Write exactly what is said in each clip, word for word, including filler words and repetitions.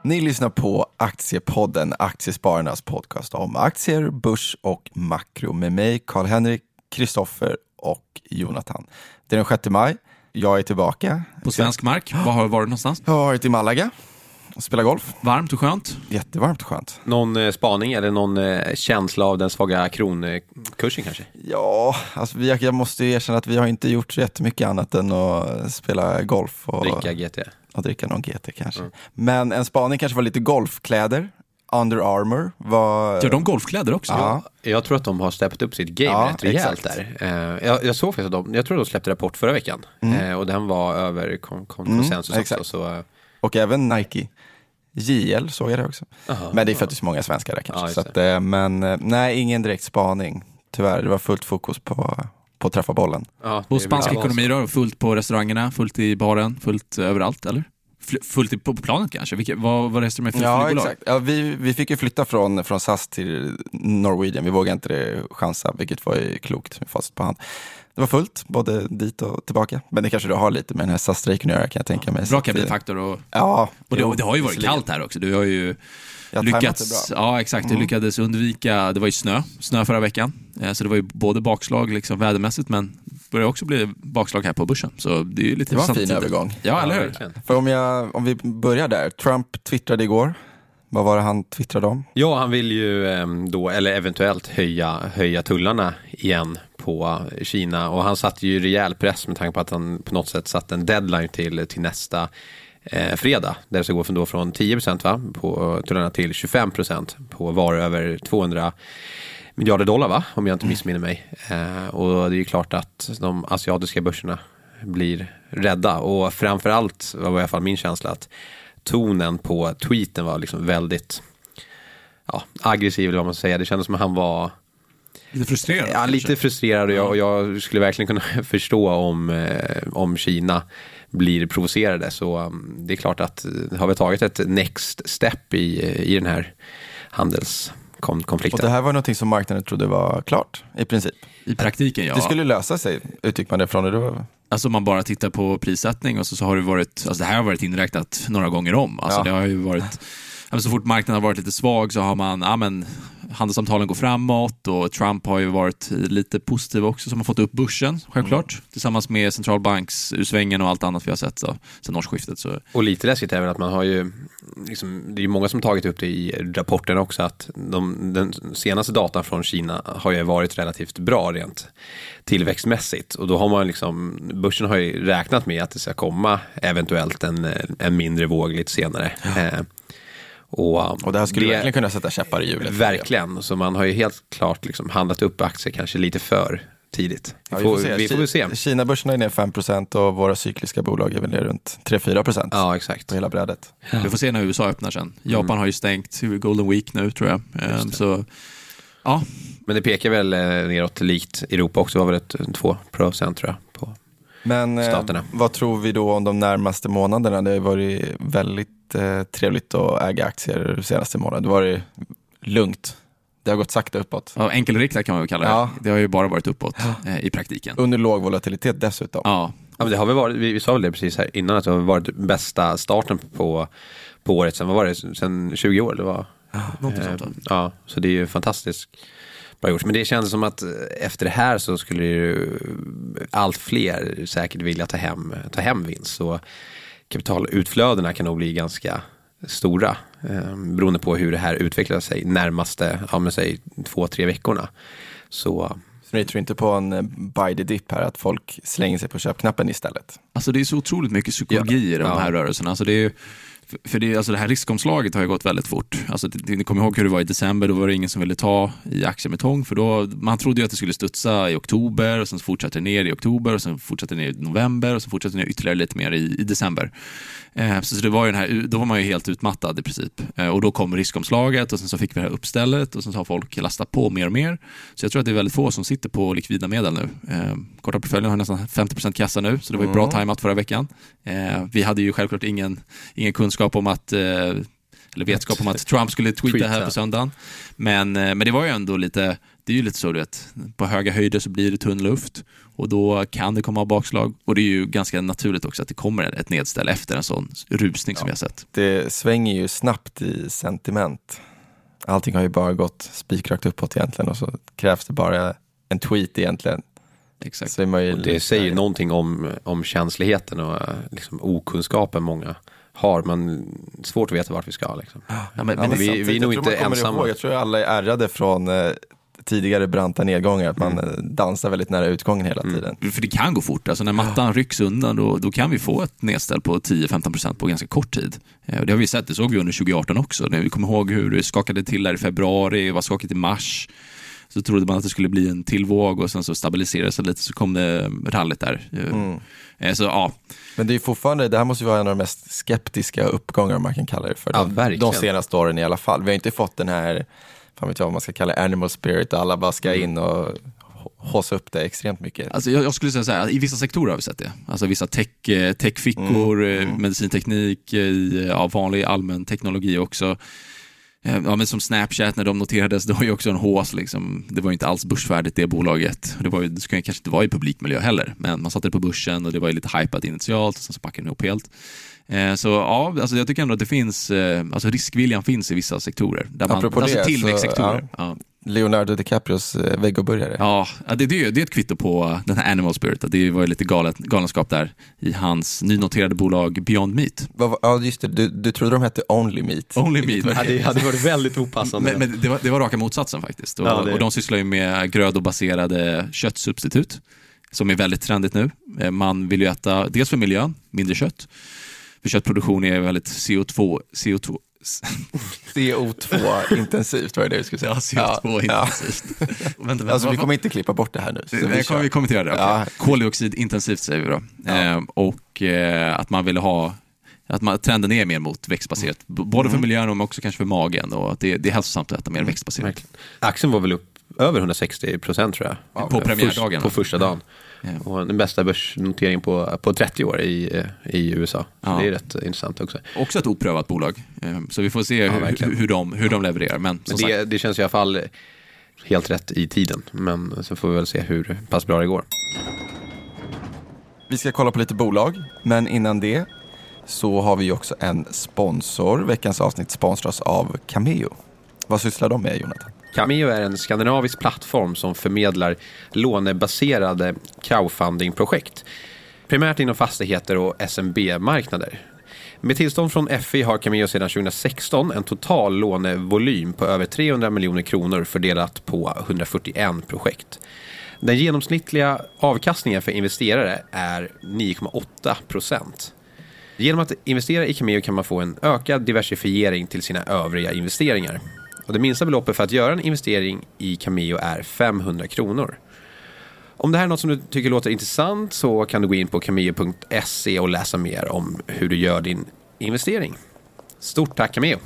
Ni lyssnar på Aktiepodden, Aktiespararnas podcast om aktier, börs och makro med mig, Karl-Henrik, Kristoffer och Jonathan. Det är den sjätte maj. Jag är tillbaka. På svensk mark. Var har du varit någonstans? Jag har varit i Malaga och spelat golf. Varmt och skönt. Jättevarmt och skönt. Någon eh, spaning eller någon eh, känsla av den svaga kronkursen kanske? Ja, alltså vi, jag måste ju erkänna att vi har inte gjort så jättemycket annat än att spela golf. Och dricka G T. Och dricka någon G T kanske. Mm. Mm. Men en spaning kanske var lite golfkläder. Under Armour var... Gör de golfkläder också? Ja. Jag tror att de har steppat upp sitt game Ja, rätt rejält exakt. där. Eh, jag, jag såg faktiskt att de, jag tror att de släppte rapport förra veckan. Mm. Eh, och den var över kon- kon- Mm, konsensus också. exakt. Så, eh, Och även Nike. J L såg jag det också. aha, Men det är för ja. att det är så många svenskar där kanske. Ja, just så att, eh, men eh, nej, ingen direkt spaning. Tyvärr, det var fullt fokus på, på att träffa bollen. Ja, det Och är spansk bra. ekonomi då? Fullt på restaurangerna, fullt i baren, fullt överallt, eller? Fl- fullt i, på, på planet kanske? Vilka, vad vad resten med för Ja, flygbolag? exakt. Ja, vi, vi fick ju flytta från, från S A S till Norwegian. Vi vågade inte det chansa, vilket var ju klokt med fast på hand. Det var fullt, både dit och tillbaka. Men det kanske du har lite med den här S A S-strejken att göra, kan jag tänka mig. Bra kabinfaktor och, Ja. och det, jo, det har ju varit visserligen. kallt här också. Du har ju Jag har lyckats, tajmat det bra. ja exakt, du Mm. lyckades undvika, det var ju snö, snö förra veckan. Eh, Så det var ju både bakslag liksom vädermässigt, men det börjar också bli bakslag här på börsen. Så det är ju lite Det var en intressant fin tider. övergång. Ja, eller hur? verkligen. För om, jag, om vi börjar där. Trump twittrade igår. Vad var det han twittrade om? Ja, han vill ju eh, då, eller eventuellt höja, höja tullarna igen på Kina. Och han satte ju rejäl press med tanke på att han på något sätt satt en deadline till, till nästa eh, fredag. Där det ska gå från, då från tio procent va, på tullarna till tjugofem procent på varor över tvåhundra miljarder dollar va, om jag inte missminner mig. Eh, och det är ju klart att de asiatiska börserna blir rädda. Och framförallt var i alla fall min känsla att tonen på tweeten var liksom väldigt ja, aggressiv eller vad man ska säga. Det kändes som att han var Lite frustrerad. ja, kanske. lite frustrerad och jag, och jag skulle verkligen kunna förstå om, eh, om Kina blir provocerade. Så um, det är klart att uh, har vi tagit ett next step i, i den här handelskonflikten. Och det här var någonting som marknaden trodde var klart, i princip. I praktiken, ja. Det skulle lösa sig, utgick man det från. Det var... Alltså om man bara tittar på prissättning och så, så har det varit, alltså det här har varit inräknat några gånger om. Alltså Ja. det har ju varit, alltså så fort marknaden har varit lite svag så har man, ja men handelssamtalen går framåt och Trump har ju varit lite positiv också som har fått upp börsen, självklart. Mm. Tillsammans med centralbanks ursvängen och allt annat vi har sett så, sedan årsskiftet. Så. Och lite läskigt är väl att man har ju liksom, det är ju många som tagit upp det i rapporten också att de, den senaste datan från Kina har ju varit relativt bra rent tillväxtmässigt och då har man liksom, börsen har ju räknat med att det ska komma eventuellt en, en mindre våg lite senare. Ja. Eh, och, och det här skulle det, verkligen kunna sätta käppar i hjulet. Verkligen, så man har ju helt klart liksom handlat upp aktier kanske lite för tidigt. Vi, Ja, vi, får, får se. vi får väl se. Kina-börsen är ner fem procent och våra cykliska bolag är väl ner runt tre till fyra procent Ja, exakt. på hela brädet. Ja. Vi får se när U S A öppnar sen. Japan mm. har ju stängt Golden Week nu tror jag. Um, så, ja. Men det pekar väl eh, neråt likt Europa också, var väl ett två procent tror jag på Men staterna. Eh, vad tror vi då om de närmaste månaderna? Det har varit väldigt eh, trevligt att äga aktier de senaste månaderna. Det har varit lugnt. Det har gått sakta uppåt. Ja, enkelriktat kan man väl kalla det. Ja. Det har ju bara varit uppåt ja. eh, i praktiken. Under låg volatilitet dessutom. Ja. Ja, men det har väl varit, vi, vi sa väl det precis här innan att det har varit bästa starten på, på året. Sen vad var det? Sen tjugo år? Det var, ja, eh, ja, så det är ju fantastiskt bra gjort. Men det känns som att efter det här så skulle ju allt fler säkert vilja ta hem, ta hem vinst. Så kapitalutflödena kan nog bli ganska stora eh, beroende på hur det här utvecklar sig närmaste, ja men säg två, tre veckorna. Så... Så ni tror inte på en buy the dip här, att folk slänger sig på köpknappen istället? Alltså det är så otroligt mycket psykologi ja. i de här ja. rörelserna. Alltså det är ju, för det, alltså det här riskomslaget har ju gått väldigt fort. Alltså ni kommer ihåg hur det var i december, då var det ingen som ville ta i aktier med tång, för då, man trodde ju att det skulle studsa i oktober och sen fortsatte det ner i oktober och sen fortsatte det ner i november och sen fortsatte det ner ytterligare lite mer i, i december. Eh, så det var ju den här, då var man ju helt utmattad i princip. Eh, och då kom riskomslaget och sen så fick vi det här uppstället och sen så har folk lastat på mer och mer. Så jag tror att det är väldigt få som sitter på likvida medel nu. Eh, korta portföljen har nästan femtio procent kassa nu, så det var ju bra mm. tajmat förra veckan. Eh, vi hade ju självklart ingen, ingen kunskap om att eh, eller vetskap om att Trump skulle tweeta här på söndagen. Men, men det var ju ändå lite det är ju lite så, du vet, på höga höjder så blir det tunn luft och då kan det komma bakslag. Och det är ju ganska naturligt också att det kommer ett nedställ efter en sån rusning ja, som vi har sett. Det svänger ju snabbt i sentiment. Allting har ju bara gått spikrakt uppåt egentligen och så krävs det bara en tweet egentligen. Exakt. Så är man ju och det säger någonting om, om känsligheten och liksom okunskapen många har. Man svårt att veta vart vi ska. Liksom. Ja, men, men, men vi, vi är nog inte ensamma. Ihåg, jag tror alla är ärrade från eh, tidigare branta nedgångar. Att man mm. dansar väldigt nära utgången hela mm. tiden. För det kan gå fort. Alltså när mattan rycks undan då, då kan vi få ett nedställ på tio till femton procent på ganska kort tid. Eh, och det har vi sett, det såg vi under tjugo arton också. När vi kommer ihåg hur det skakade till där i februari, var skakigt i mars. Så trodde man att det skulle bli en tillvåg och sen så stabiliserade sig lite så kom det rallet där. Mm. Så, ja. Men det är fortfarande, det här måste ju vara en av de mest skeptiska uppgångar man kan kalla det för. Ja, de, de senaste åren i alla fall. Vi har inte fått den här, fan vet jag vad man ska kalla animal spirit, alla bara ska in och håsa upp det extremt mycket. Alltså jag, jag skulle säga så här, i vissa sektorer har vi sett det. Alltså vissa tech, techfickor, mm. Mm. medicinteknik, i, ja, vanlig allmän teknologi också. Ja, men som Snapchat när de noterades, det var ju också en hås liksom. Det var ju inte alls börsvärdigt det bolaget. Det var ju, det skulle kanske inte vara i publikmiljö heller, men man satte det på börsen och det var ju lite hypat initialt och sen så packade det ihop helt. Eh, så ja, alltså jag tycker ändå att det finns, eh, alltså riskviljan finns i vissa sektorer. Där man, apropå alltså det, tillväxtsektorer. Så, ja. Ja. Leonardo DiCaprios eh, vegoburgare. Ja, det, det, det är ett kvitto på den här Animal Spirit. Det var ju lite galet, galenskap där i hans nynoterade bolag Beyond Meat. Ja, just det. Du, du trodde de hette Only Meat. Only Meat. Ja, det hade varit väldigt opassande. Men, men det, var, det var raka motsatsen faktiskt. Och, ja, och de sysslar ju med grödobaserade köttsubstitut som är väldigt trendigt nu. Man vill ju äta, dels för miljön, mindre kött. För köttproduktion är väldigt C O två, C O två C O två intensivt, var det det du skulle säga? Ja, C O två ja, intensivt. Ja. vänta, vänta, alltså, vi kommer inte klippa bort det här nu. Så det kommer vi kommentera det. Okay. Ja. Koldioxid intensivt säger vi då. Ja. Eh, och eh, att man vill ha, att man, trenden är mer mot växtbaserat. Både för miljön och också kanske för magen. Och att det, det är hälsosamt att äta mer mm. växtbaserat. Aktien var väl upp över hundrasextio procent tror jag. Ja, på premiärdagen. På första dagen. Ja. Och den bästa börsnoteringen på, på trettio år i, i U S A. Ja. Det är rätt intressant också. Också ett oprövat bolag. Så vi får se ja, hur, hur, de, hur de levererar. Men, Men det, det känns i alla fall helt rätt i tiden. Men så får vi väl se hur pass bra det går. Vi ska kolla på lite bolag. Men innan det så har vi också en sponsor. Veckans avsnitt sponsras av Cameo. Vad sysslar de med, Jonathan? Cameo är en skandinavisk plattform som förmedlar lånebaserade crowdfunding-projekt. Primärt inom fastigheter och S M B-marknader. Med tillstånd från F I har Cameo sedan tjugohundrasexton en total lånevolym på över trehundra miljoner kronor fördelat på hundrafyrtioett projekt. Den genomsnittliga avkastningen för investerare är nio komma åtta procent. Genom att investera i Cameo kan man få en ökad diversifiering till sina övriga investeringar. Och det minsta beloppet för att göra en investering i Cameo är femhundra kronor. Om det här är något som du tycker låter intressant så kan du gå in på cameo punkt se och läsa mer om hur du gör din investering. Stort tack Cameo!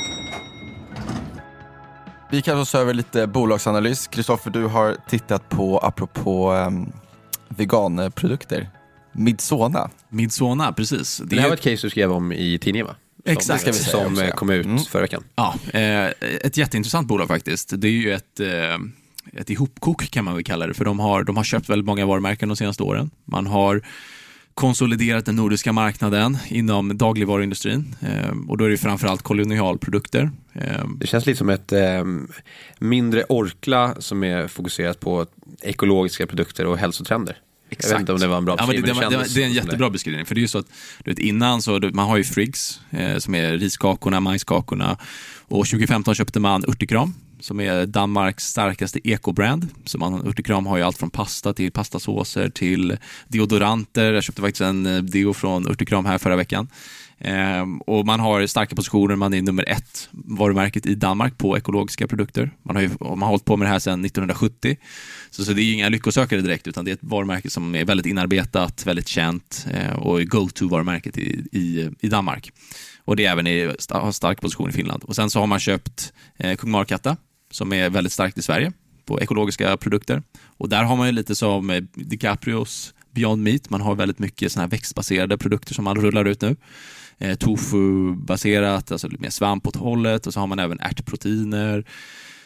Vi kan också över lite bolagsanalys. Kristoffer, du har tittat på, apropå um, veganprodukter, Midsona. Midsona, precis. Det, det här var ett case du skrev om i tidningen, va? Exakt. Som, som också, ja. kom ut mm. förra veckan. Ja, eh, ett jätteintressant bolag faktiskt. Det är ju ett, eh, ett ihopkok kan man väl kalla det. För de har, de har köpt väldigt många varumärken de senaste åren. Man har konsoliderat den nordiska marknaden inom dagligvaruindustrin. Eh, och då är det framförallt kolonialprodukter. Eh, det känns lite som ett eh, mindre Orkla som är fokuserat på ekologiska produkter och hälsotrender. Exakt. Jag vet inte om det var en bra beskrivning. Ja, men det, det, det, det är en jättebra beskrivning. För det är ju så att du vet, innan så man har ju Friggs eh, som är riskakorna, majskakorna. Och tjugo femton köpte man Urtekram som är Danmarks starkaste ekobrand. Så man, Urtekram har ju allt från pasta till pastasåser till deodoranter. Jag köpte faktiskt en deo från Urtekram här förra veckan. Eh, och man har starka positioner, man är nummer ett varumärket i Danmark på ekologiska produkter. Man har ju man har hållit på med det här sedan nittonhundrasjuttio. Så, så det är ju inga lyckosökare direkt, utan det är ett varumärke som är väldigt inarbetat, väldigt känt eh, och go-to-varumärket i, i, i Danmark. Och det är även i, har stark position i Finland. Och sen så har man köpt eh, Kung Markatta som är väldigt starkt i Sverige på ekologiska produkter. Och där har man ju lite som eh, DiCaprios Beyond Meat. Man har väldigt mycket såna här växtbaserade produkter som man rullar ut nu. Eh, tofu-baserat, alltså lite mer svamp åt hållet. Och så har man även ärtproteiner.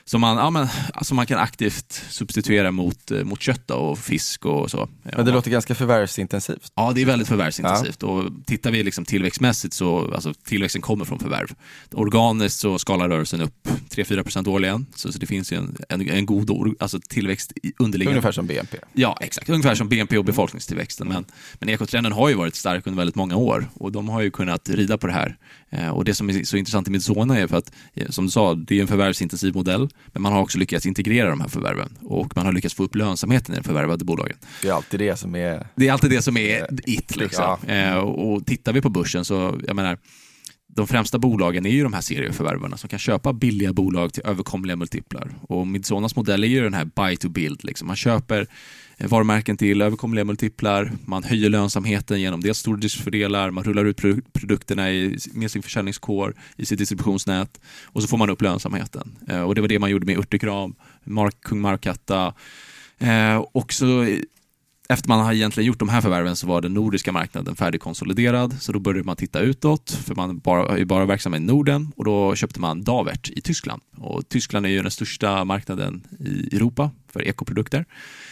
som man, ja, men, alltså man kan aktivt substituera mot, mot kött och fisk och så. Men det låter ganska förvärvsintensivt. Ja, det är väldigt förvärvsintensivt. Ja. Och tittar vi liksom tillväxtmässigt så, alltså tillväxten kommer från förvärv. Organiskt så skalar rörelsen upp tre till fyra procent årligen. Så, så det finns ju en, en, en god or, alltså tillväxt underliggande. Ungefär som B N P. Ja, exakt. Ungefär som B N P och befolkningstillväxten. Men, men ekotrenden har ju varit stark under väldigt många år. Och de har ju kunnat rida på det här. Eh, och det som är så intressant i Midsona är för att, som du sa, det är en förvärvsintensiv modell. Men man har också lyckats integrera de här förvärven. Och man har lyckats få upp lönsamheten i den förvärvade bolagen. Det är alltid det som är... Det är alltid det som är it. Liksom. Ja. Eh, och tittar vi på börsen så, jag menar, de främsta bolagen är ju de här serieförvärvarna som kan köpa billiga bolag till överkomliga multiplar. Och Midsonas modell är ju den här buy to build. Liksom. Man köper varumärken till överkomliga multiplar, man höjer lönsamheten genom dels stordriftsfördelar, man rullar ut produkterna i, med sin försäljningskår i sitt distributionsnät och så får man upp lönsamheten. Eh, och det var det man gjorde med Urtekram, Mark, Kung Markatta. Eh, och så efter man har egentligen gjort de här förvärven så var den nordiska marknaden färdigkonsoliderad, så då började man titta utåt, för man bara, är bara verksam i Norden, och då köpte man Davert i Tyskland. Och Tyskland är ju den största marknaden i Europa för ekoprodukter.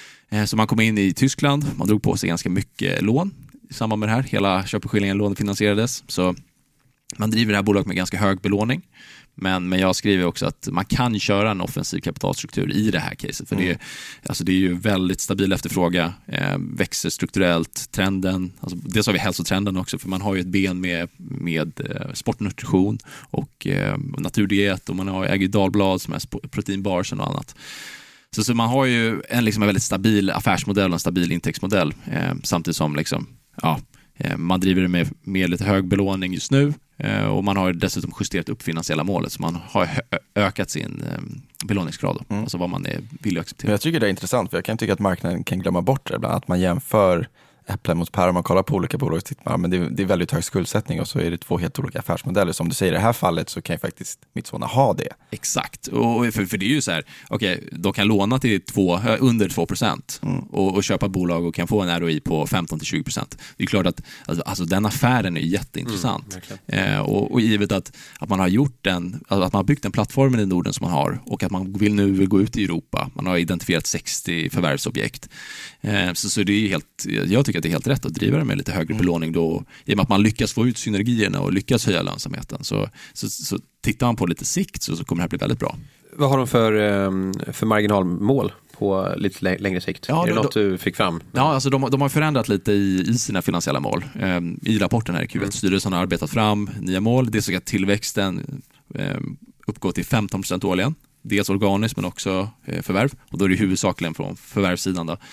Så man kom in i Tyskland, man drog på sig ganska mycket lån i samband med det här. Hela köpeskillingen lånefinansierades, så man driver det här bolaget med ganska hög belåning. Men, men jag skriver också att man kan köra en offensiv kapitalstruktur i det här caset. För mm. det, är, alltså det är ju väldigt stabil efterfråga, eh, växer strukturellt, trenden. Alltså dels har vi hälsotrenden också, för man har ju ett ben med, med eh, sportnutrition och eh, naturdiet, och man har äger dalblad som är proteinbars och annat. Så, så man har ju en, liksom, en väldigt stabil affärsmodell och en stabil intäktsmodell, eh, samtidigt som liksom, ja, eh, man driver det med, med lite hög belåning just nu. Och man har dessutom justerat upp finansiella målet, så man har ökat sin belåningsgrad, mm. alltså vad man är villig att acceptera. Jag tycker det är intressant, för jag kan tycka att marknaden kan glömma bort det, bland annat att man jämför äpplen mot päron, man kollar på olika bolag och tittar, men det är, det är väldigt hög skuldsättning och så är det två helt olika affärsmodeller. Som du säger, i det här fallet så kan ju faktiskt Midsona ha det. Exakt, och för, för det är ju så här, okej, okay, de kan låna till två, under två procent mm. och, och köpa bolag och kan få en R O I på femton till tjugo procent. Det är klart att alltså, alltså, den affären är jätteintressant. Mm, eh, och, och givet att, att man har gjort den, alltså, att man har byggt en plattform i Norden som man har, och att man vill nu vill gå ut i Europa. Man har identifierat sextio förvärvsobjekt. Eh, så, så det är helt, jag tycker att det är helt rätt att driva det med lite högre belåning då, i och med att man lyckas få ut synergierna och lyckas höja lönsamheten. Så, så, så tittar man på lite sikt så, så kommer det här bli väldigt bra. Vad har de för, för marginalmål på lite längre sikt? Ja, är det då, något du fick fram? Ja, alltså de, de har förändrat lite i, i sina finansiella mål. Ehm, I rapporten här i Q ett-styrelsen har arbetat fram nya mål. Det är så att tillväxten ehm, uppgår till femton procent årligen. Dels organiskt men också eh, förvärv. Och då är det huvudsakligen från förvärvssidan då.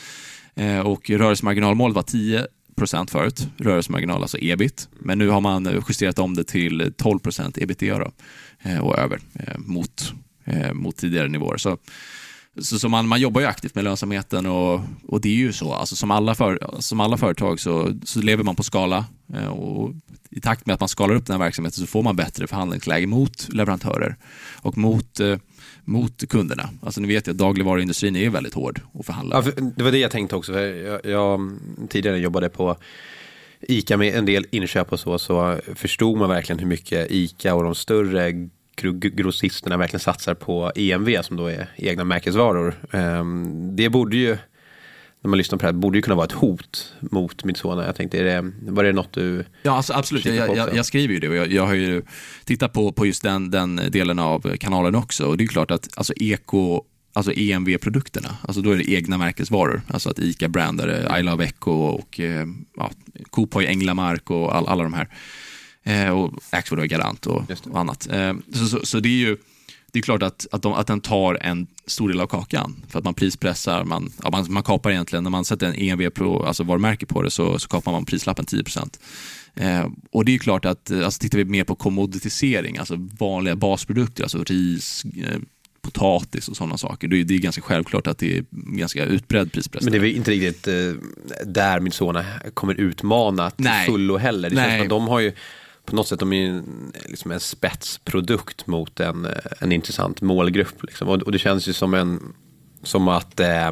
Och rörelsemarginalmålet var tio procent förut, rörelsemarginal, alltså ebit. Men nu har man justerat om det till tolv procent ebitda då, och över mot, mot tidigare nivåer. Så, så, så man, man jobbar ju aktivt med lönsamheten, och, och det är ju så. Alltså som, alla för, som alla företag så, så lever man på skala, och i takt med att man skalar upp den här verksamheten så får man bättre förhandlingsläge mot leverantörer och mot mot kunderna. Alltså ni vet ju att dagligvaruindustrin är väldigt hård att förhandla. Ja, för det var det jag tänkte också. Jag, jag tidigare jobbade på ICA med en del inköp och så, så förstod man verkligen hur mycket ICA och de större grossisterna verkligen satsar på E M V, som då är egna märkesvaror. Det borde ju, när man lyssnar på det här, borde ju kunna vara ett hot mot Midsona. Jag tänkte, är det, var det något du... Ja, alltså, absolut. Jag, jag, jag skriver ju det, och jag, jag har ju tittat på, på just den, den delen av kanalen också. Och det är klart att alltså, eko, alltså E M V-produkterna, alltså då är det egna märkesvaror. Alltså att ICA brandar I Love Eco och ja, Coop har ju Änglamark och all, alla de här. Eh, och Axfood har Garant och, och annat. Eh, så, så, så det är ju det är klart att, att, de, att den tar en stor del av kakan, för att man prispressar, man, ja, man, man kapar egentligen, när man sätter en E M V Pro, alltså varumärke på det, så, så kapar man prislappen tio procent. Eh, och det är ju klart att, alltså tittar vi mer på kommoditisering, alltså vanliga basprodukter, alltså ris, eh, potatis och sådana saker, det är, det är ganska självklart att det är ganska utbredd prispress. Men det är väl inte riktigt eh, där Midsona kommer utmana till fullo heller. Det känns som att de har ju på något sätt, de är ju liksom en spetsprodukt mot en, en intressant målgrupp. Liksom. Och, och det känns ju som, en, som att eh,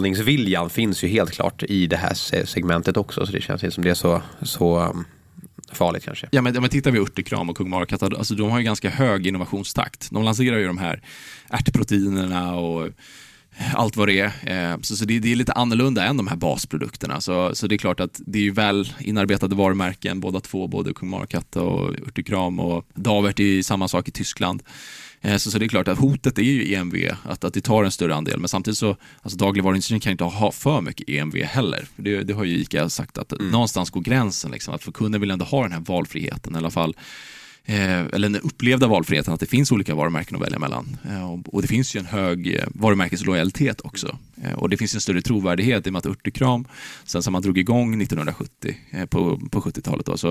betalningsviljan finns ju helt klart i det här segmentet också. Så det känns som det är så, så farligt kanske. Ja, men, men tittar vi Urtekram och Kung Markatt, alltså de har ju ganska hög innovationstakt. De lanserar ju de här ärtproteinerna och allt vad det är. Så, så det, det är lite annorlunda än de här basprodukterna. Så, så det är klart att det är ju väl inarbetade varumärken, båda två, både Kung Markatt och Urtekram, och Davert är samma sak i Tyskland. Så, så det är klart att hotet är ju E M V, att, att det tar en större andel. Men samtidigt så, alltså dagligvaruindustrin kan inte ha för mycket E M V heller. Det, det har ju ICA sagt att mm. någonstans går gränsen. Liksom, att för kunden vill ändå ha den här valfriheten i alla fall. Eh, eller den upplevda valfriheten, att det finns olika varumärken att välja mellan. Eh, och, och det finns ju en hög eh, varumärkeslojalitet också. Eh, och det finns en större trovärdighet i och med att Urtekram, sen som man drog igång nittonhundrasjuttio, eh, på, på sjuttiotalet då, så,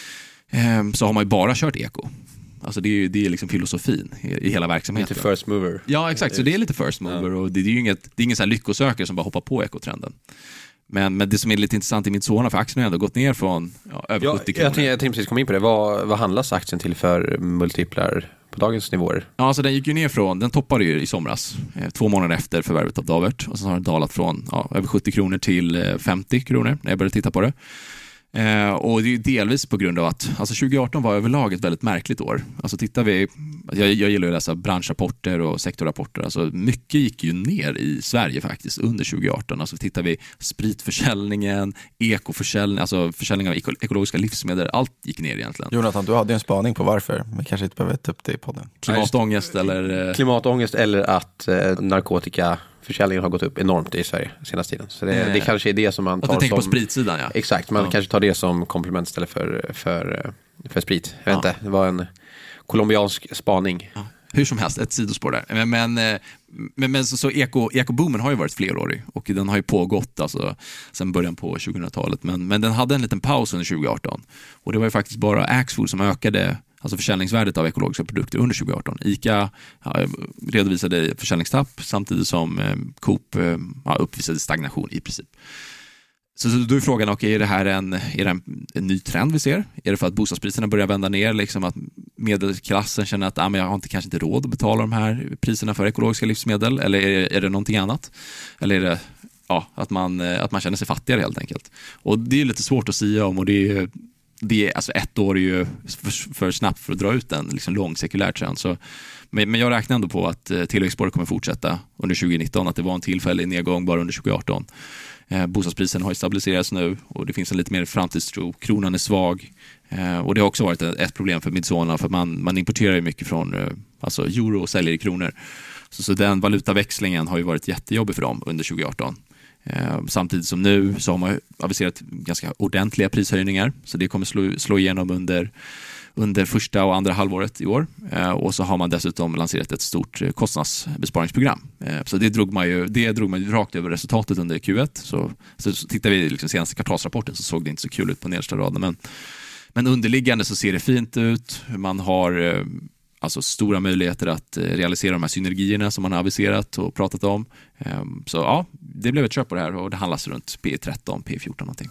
eh, så har man ju bara kört eko. Alltså det är ju det är liksom filosofin i, i hela verksamheten. Lite first mover. Ja, exakt. Så det är lite first mover. Ja. Och det är ju inget, det är ingen sån här lyckosökare som bara hoppar på ekotrenden. Men, men det som är lite intressant i Midsona, för aktien har ändå gått ner från ja, över ja, sjuttio kronor. Jag tänkte, jag tänkte precis komma in på det. Vad, vad handlas aktien till för multiplar på dagens nivåer? Ja, alltså den gick ju ner från, den toppade ju i somras, eh, två månader efter förvärvet av Davert. Och så har den dalat från ja, över sjuttio kronor till eh, femtio kronor när jag började titta på det. Eh, och det är ju delvis på grund av att alltså tjugo arton var överlag ett väldigt märkligt år. Alltså tittar vi, jag, jag gillar att läsa branschrapporter och sektorrapporter. Alltså mycket gick ju ner i Sverige faktiskt under tjugo arton. Alltså tittar vi spritförsäljningen, ekoförsäljning, alltså försäljning av ekologiska livsmedel, allt gick ner egentligen. Jonathan, du hade en spaning på varför, men kanske inte behöver ta upp det i podden. Klimatångest eller... Klimatångest eller att eh, narkotika... försäljningen har gått upp enormt i Sverige senaste tiden. Så det, det kanske är det som man tar som... Du tänker på spritsidan, ja. Exakt, man ja. kanske tar det som komplement istället för, för, för sprit. Jag vet ja. inte, det var en colombiansk spaning. Ja. Hur som helst, ett sidospår där. Men, men, men, men så, så eko, ekoboomen har ju varit flerårig och den har ju pågått alltså, sedan början på tjugohundratalet. Men, men den hade en liten paus under tjugo arton. Och det var ju faktiskt bara Axfood som ökade alltså försäljningsvärdet av ekologiska produkter under tjugo arton. ICA ja, redovisade försäljningstapp samtidigt som eh, Coop eh, ja, uppvisade stagnation i princip. Så, så då är frågan, okay, är det här en, är det en, en ny trend vi ser? Är det för att bostadspriserna börjar vända ner? Liksom att medelklassen känner att ah, men jag har inte, kanske inte råd att betala de här priserna för ekologiska livsmedel? Eller är det, är det någonting annat? Eller är det ja, att, man, att man känner sig fattigare helt enkelt? Och det är lite svårt att säga om, och det är Det är, alltså ett år är ju för, för snabbt för att dra ut en liksom lång sekulär trend. Så, men, men jag räknar ändå på att eh, tillväxtspåret kommer fortsätta under tjugo nitton, att det var en tillfällig nedgång bara under tjugo arton. Eh, bostadspriserna har ju stabiliserats nu och det finns en lite mer framtidstro. Kronan är svag eh, och det har också varit ett, ett problem för Midsona, för man, man importerar ju mycket från eh, alltså euro och säljer i kronor. Så, så den valutaväxlingen har ju varit jättejobbig för dem under tjugo arton. Eh, samtidigt som nu så har man aviserat ganska ordentliga prishöjningar, så det kommer slå, slå igenom under, under första och andra halvåret i år. Eh, och så har man dessutom lanserat ett stort kostnadsbesparingsprogram. Eh, så det drog man ju det drog man ju rakt över resultatet under Q ett. Så, så, så tittar vi liksom senaste kvartalsrapporten så såg det inte så kul ut på nedersta raden, men, men underliggande så ser det fint ut. Man har eh, alltså stora möjligheter att realisera de här synergierna som man har aviserat och pratat om. Så ja, det blev ett köp på det här och det handlas runt P tretton, P fjorton någonting.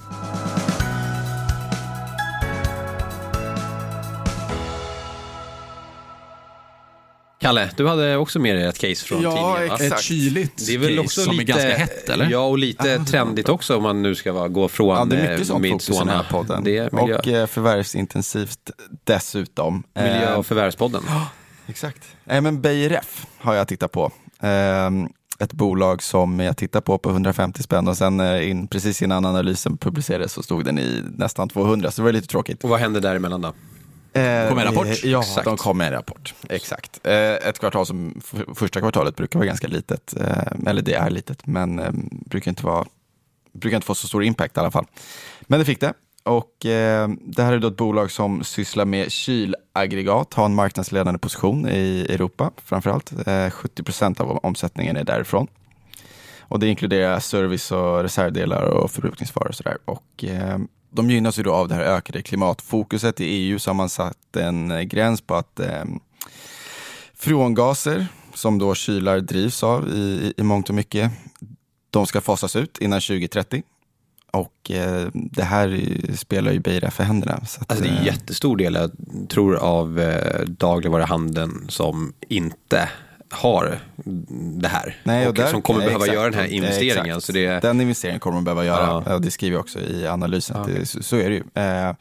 Kalle, du hade också med dig ett case från ja, tidningen, va? Ett kyligt det är väl också case som lite, är ganska hett, eller? Ja, och lite ah, trendigt också om man nu ska vara, gå från ja, det är mycket sånt fokus i den här podden. Det är miljö. Och eh, förvärvsintensivt dessutom. Miljö- och förvärvspodden. Ja, eh, exakt. Eh, men B R F har jag tittat på. Eh, ett bolag som jag tittar på på hundrafemtio spänn och sen eh, in, precis innan analysen publicerades så stod den i nästan tvåhundra, så det var lite tråkigt. Och vad hände däremellan då? Det kom en rapport? Ja, exakt. De kom med en rapport. Exakt. Ett kvartal som första kvartalet brukar vara ganska litet. Eller det är litet, men brukar inte vara brukar inte få så stor impact i alla fall. Men det fick det. Och det här är då ett bolag som sysslar med kylaggregat, har en marknadsledande position i Europa framförallt. sjuttio procent av omsättningen är därifrån. Och det inkluderar service och reservdelar och förbrukningsvaror och sådär. Och de gynnas ju då av det här ökade klimatfokuset. I E U så har man satt en gräns på att eh, freongaser som då kylar drivs av i, i, i mångt och mycket, de ska fasas ut innan tjugo trettio. Och eh, det här spelar ju B R F för händerna. Så att, alltså det är en jättestor del, jag tror, av eh, dagligvaruhandeln som inte har det här. Nej, och, och där, som kommer nej, behöva exakt, göra den här investeringen. Så det... Den investeringen kommer man behöva göra. Ja. Det skriver jag också i analysen. Ja, okay. det, så, så är det ju. Eh,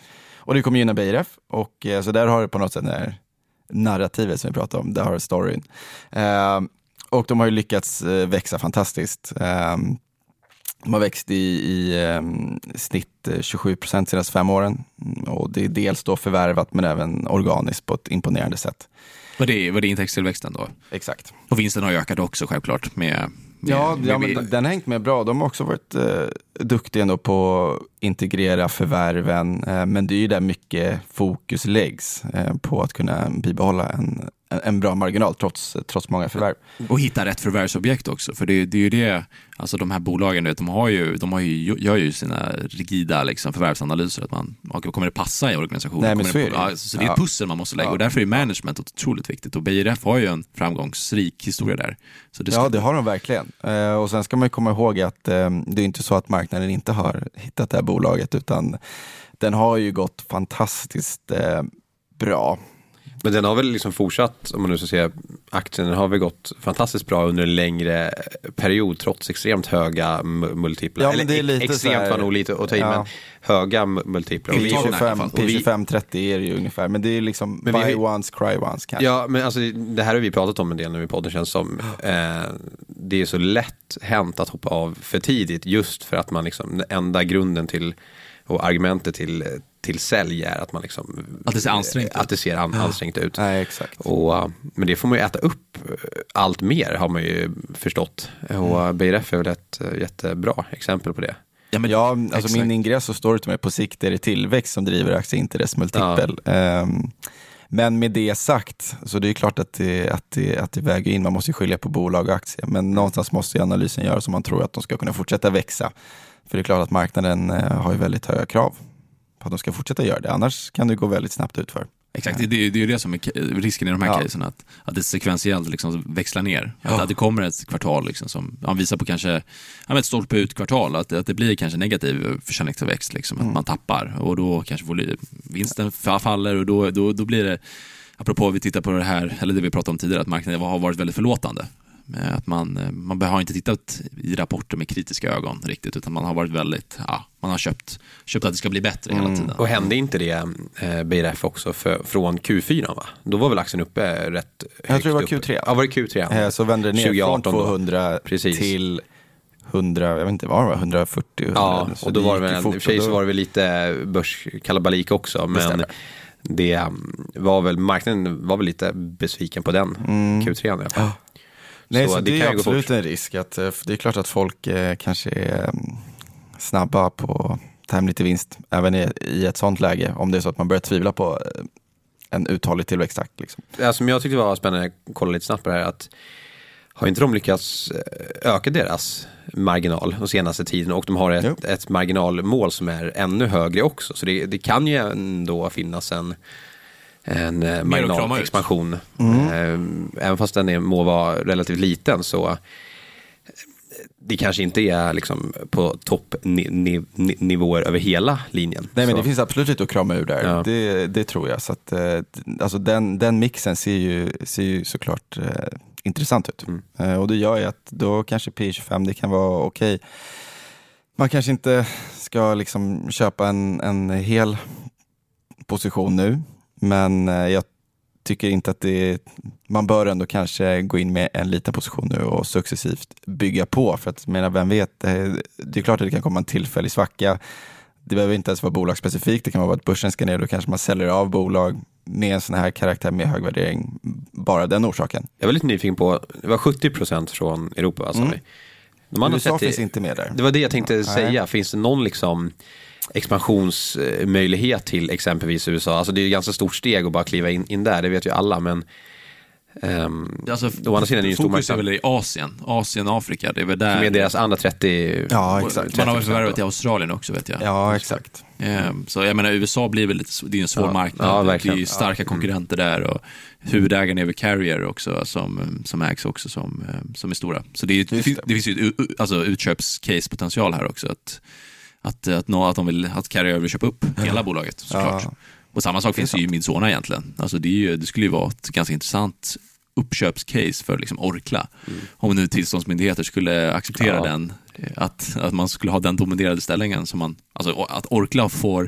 Och det kommer gynna B R F. Och eh, så där har det på något sätt det här narrativet som vi pratar om. Där har det storyn. Eh, och de har ju lyckats eh, växa fantastiskt. Eh, de har växt i, i eh, snitt tjugosju procent senaste fem åren. Och det är dels då förvärvat men även organiskt på ett imponerande sätt. Var det, var det intäktstillväxten då? Exakt. Och vinsten har ökat också självklart med... med ja, med, ja med, men den har hängt med bra. De har också varit eh, duktiga ändå på att integrera förvärven. Eh, men det är ju där mycket fokus läggs eh, på att kunna bibehålla en, en, en bra marginal trots, trots många förvärv. Och hitta rätt förvärvsobjekt också. För det, det är ju det, alltså de här bolagen, de, har ju, de har ju, gör ju sina rigida liksom, förvärvsanalyser. Att man, kommer det passa i organisationen? Nej, men så, det, är det. ja, så det är ett pussel man måste lägga. Ja. Och därför är management otroligt viktigt. Och B R F har ju en framgångsrik historia där. Så det ska... Ja, det har de verkligen. Eh, och sen ska man ju komma ihåg att eh, det är inte så att marknaden inte har hittat det här bolaget, utan den har ju gått fantastiskt eh, bra. Men den har väl liksom fortsatt, om man nu ska säga aktien, den har väl gått fantastiskt bra under en längre period trots extremt höga m- multiplar. Ja, men det är Eller lite extremt så här, var nog lite att ta i, ja. men höga m- multiplar. P Och vi- tjugofem trettio är det ju ungefär, men det är liksom Men vi buy har- once, cry once kanske. Ja, men alltså det här har vi pratat om en del nu i podden, känns som eh, det är så lätt hänt att hoppa av för tidigt, just för att man liksom, den enda grunden till och argumentet till, till sälj är att man liksom Att det ser ansträngt ut. att det ser an, ansträngt ut. Nej, exakt. Och, men det får man ju äta upp allt mer, har man ju förstått. Och B R F är väl ett jättebra exempel på det. Ja, men, Ja, alltså exakt. min ingress och står med på sikt är det tillväxt som driver aktie, inte dess multipel. Um, men med det sagt, så det är klart att det, att, det, att det väger in, man måste ju skilja på bolag och aktier, men någonstans måste ju analysen göras om man tror att de ska kunna fortsätta växa. För det är klart att marknaden uh, har ju väldigt höga krav på att de ska fortsätta göra det, annars kan det gå väldigt snabbt ut för. Exakt, det, det är ju det som är risken i de här Ja. casen, att, att det sekventiellt liksom växlar ner. Att, Ja. att det kommer ett kvartal liksom som ja, visar på kanske ja, ett stolpe ut kvartal, att, att det blir kanske negativ försäljningstillväxt, liksom, Mm. att man tappar och då kanske får vinsten faller och då, då, då blir det, apropå vi tittar på det här, eller det vi pratade om tidigare, att marknaden har varit väldigt förlåtande. Att man, man har inte tittat i rapporter med kritiska ögon riktigt, utan man har varit väldigt, ja, man har köpt, köpt att det ska bli bättre hela tiden. Och hände inte det eh, B R F också för, från Q fyra, va? Då var väl aktien uppe rätt högt. Jag tror det var upp. Q tre. Ja, var det Q tre? Eh, Så vände det ner tjugoarton från då. tvåhundra Precis. till hundra, jag vet inte vad det var, hundrafyrtio. Ja, hundra, så och då var det gick väl, i fort, och för sig och så då- var det väl lite börskalabalik också, men stämmer. det um, var väl, marknaden var väl lite besviken på den Q tre i alla fall. Nej, Så så, det det, kan är ju gå absolut fort. en risk. Att, eh, det är klart att folk eh, kanske är mm, snabba på att ta hem lite vinst, även i, i ett sånt läge, om det är så att man börjar tvivla på eh, en uthållig tillväxttakt. Liksom. Det som jag tyckte var spännande, att kolla lite snabbt på det här, att har inte de lyckats eh, öka deras marginal de senaste tiden, och de har ett, ett marginalmål som är ännu högre också, så det, det kan ju ändå finnas en en eh, marginalexpansion. Mm. Eh, även fast den är, må vara relativt liten, så eh, det kanske inte är liksom på toppnivåer över hela linjen. Nej, men så. det finns absolut lite att krama ur där. Ja. Det, det tror jag. Så att, eh, alltså den, den mixen ser ju, ser ju såklart eh, intressant ut. Mm. Eh, och det gör ju att då kanske P tjugofem, det kan vara okej. Man kanske inte ska liksom köpa en, en hel position nu, men eh, jag tycker inte att det, man bör ändå kanske gå in med en liten position nu och successivt bygga på, för att menar, vem vet, det, det är klart att det kan komma en tillfällig svacka. Det behöver inte ens vara bolagsspecifikt, det kan vara att börsen ska ner, då kanske man säljer av bolag med en sån här karaktär med hög värdering, bara den orsaken. Jag var lite nyfiken på, det var sjuttio procent från Europa, alltså. Mm. De andra U S A trettio finns inte med där. Det var det jag tänkte Nej. säga. Finns det någon liksom expansionsmöjlighet till exempelvis U S A? Alltså det är ju ett ganska stort steg att bara kliva in, in där, det vet ju alla, men um, Alltså, å andra sidan är det ju en stor fokus är marknad. väl i Asien, Asien, Afrika, det är väl där. Med deras andra trettio... Ja, Och exakt. man har väl trettio förvärvat i då. Australien också, vet jag. Ja, exakt. Ehm, Så jag menar, U S A blir väl lite, det är en svår Ja, marknad. ja, det verkligen. är ju starka konkurrenter där, och huvudägaren är väl Carrier också, som, som ägs också som, som är stora. Så det, är, det, Just finns, det. det finns ju ett u- alltså, utköpscase-potential här också, att, att, att, nå, att de vill att Carrier vill köpa upp hela bolaget, såklart. Ja. Och samma sak Det är finns ju i Midsona egentligen. Alltså det, är ju, det skulle ju vara ett ganska intressant uppköpscase för liksom Orkla. Mm. Om nu tillståndsmyndigheter skulle acceptera Ja. den, att, att man skulle ha den dominerade ställningen som man, alltså att Orkla får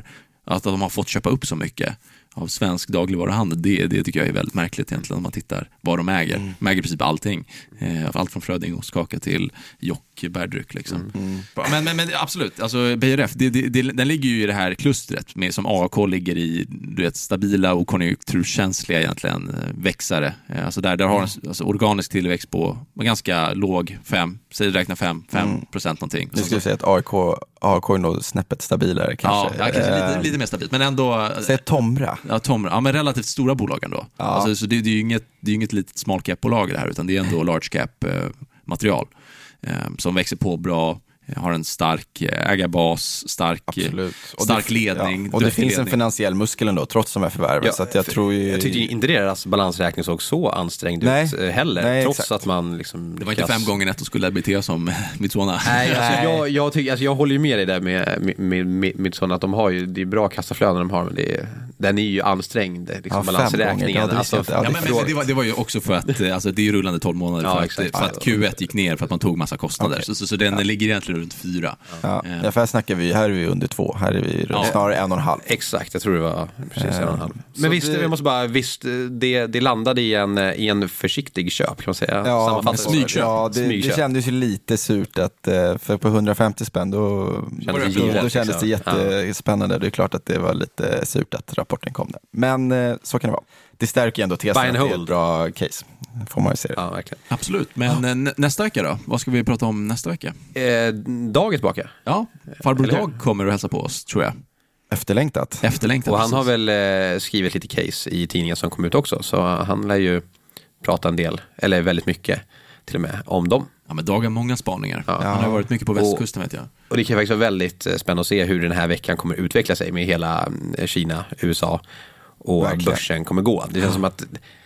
Att de har fått köpa upp så mycket av svensk dagligvaruhandel, det, det tycker jag är väldigt märkligt egentligen om man tittar vad de äger. Mm. De äger i princip allting. Eh, allt från Fröding och skaka till Jock, bärdryck liksom. Mm. Mm. Men, men, men absolut, alltså B R F, det, det, det, den ligger ju i det här klustret med, som A A K ligger i, du vet, stabila och konjunkturkänsliga egentligen växare. Eh, alltså där, där har en alltså, organisk tillväxt på ganska låg, fem, säg räkna fem, fem mm. procent någonting. Du skulle säga att A A K, A A K är nog snäppet stabilare kanske. Ja, ja kanske lite, lite mer stabilt, men ändå... Säg Tomra. Ja, Tomra. Ja, men relativt stora bolag ändå. Ja. Alltså, så det, det är ju inget, det är inget litet small cap-bolag det här, utan det är ändå large cap-material eh, som växer på bra, har en stark ägarbas, stark, stark det, ledning. Ja. Och det finns ledning. En finansiell muskel ändå, trots de här förvärven. Ja, så att jag för, tror ju... jag tycker inte deras balansräkning såg så ansträngd nej. ut heller. Nej, trots exakt. Att man liksom... Det var inte fem gånger netto skulle ebitda som Midsona. Nej, alltså, jag, jag, tycker, alltså, jag håller ju med dig där med, med, med Midsona, att de har ju, det är bra kassaflöden de har, men det är, den är ju ansträngd, liksom, ja, balansräkningen. Alltså, ja, men, men det, var, det var ju också för att alltså, det är ju rullande tolv månader ja, för, att, för att Q ett gick ner för att man tog massa kostnader. Okay. Så, så, så den ja. ligger egentligen runt fyra. Ja, ja, för här snackar vi, här är vi under två, här är vi ja. snarare en och en halv. Exakt, jag tror det var precis en och en halv. Men visst, det... vi måste bara, visst, det, det landade i en, i en försiktig köp, kan man säga. Ja, men smygköp. Ja, det, smygköp. Det kändes ju lite surt att, för på hundrafemtio spänn då kändes det, då, då kändes det jättespännande. Ja. Det är klart att det var lite surt att rapporten kom där. Men så kan det vara. Det stärker ändå tesen att det är ett bra case. Får man ju se det. Ja, verkligen. Absolut. Men ja. nästa vecka då? Vad ska vi prata om nästa vecka? Eh, Dag är tillbaka. Ja, farbror Dag kommer att hälsa på oss, tror jag. Efterlängtat. Efterlängtat. Och han precis. har väl eh, skrivit lite case i tidningen som kom ut också. Så han lär ju prata en del, eller väldigt mycket till och med, om dem. Ja, men Dag har många spaningar. Ja. Han har varit mycket på västkusten, vet jag. Och det kan faktiskt vara väldigt spännande att se hur den här veckan kommer utveckla sig med hela Kina, U S A och verkligen. Börsen kommer gå. Det känns ja. som att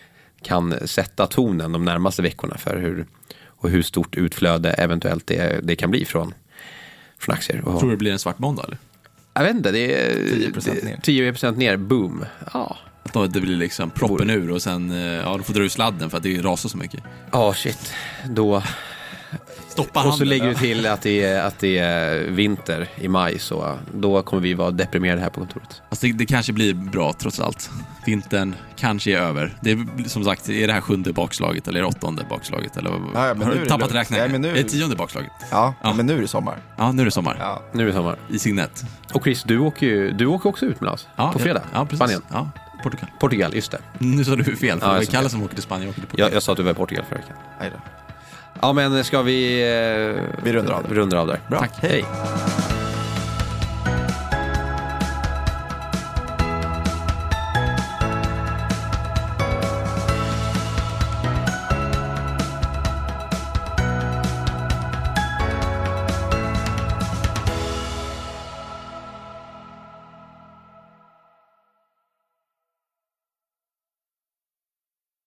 kan sätta tonen de närmaste veckorna för hur, och hur stort utflöde eventuellt det, det kan bli från, från aktier. Och, tror du det blir en svart måndag, eller? Jag vet inte, det är tio procent ner. tio procent ner, boom. Ja. Det blir liksom proppen ur och sen ja, du får dra ur sladden för att det rasar så mycket. Ja, oh, shit. Då... Stoppa och så lägger vi till att det, är, att det är vinter i maj, så då kommer vi vara deprimerade här på kontoret. Alltså det, det kanske blir bra trots allt. Vintern kanske är över. Det är som sagt, är det här sjunde bakslaget eller åttonde bakslaget? Eller, ja, ja, men har du tappat räkningen? Ja, nu... Det är tionde bakslaget. Ja, ja, men nu är det sommar. Ja, nu är det sommar. Ja. Nu är det sommar. I Signet. Och Chris, du åker, ju, du åker också ut med oss ja, på fredag. Ja, precis. Spanien. Ja, Portugal. Portugal, just det. Nu sa du fel, för ja, det var Kalle som åker till Spanien och åker till Portugal. Jag, jag sa att du var i Portugal förra veckan. Nej då. Ja, men ska vi... Eh, vi rundar av där. Rundar av där. Bra. Tack. Hej.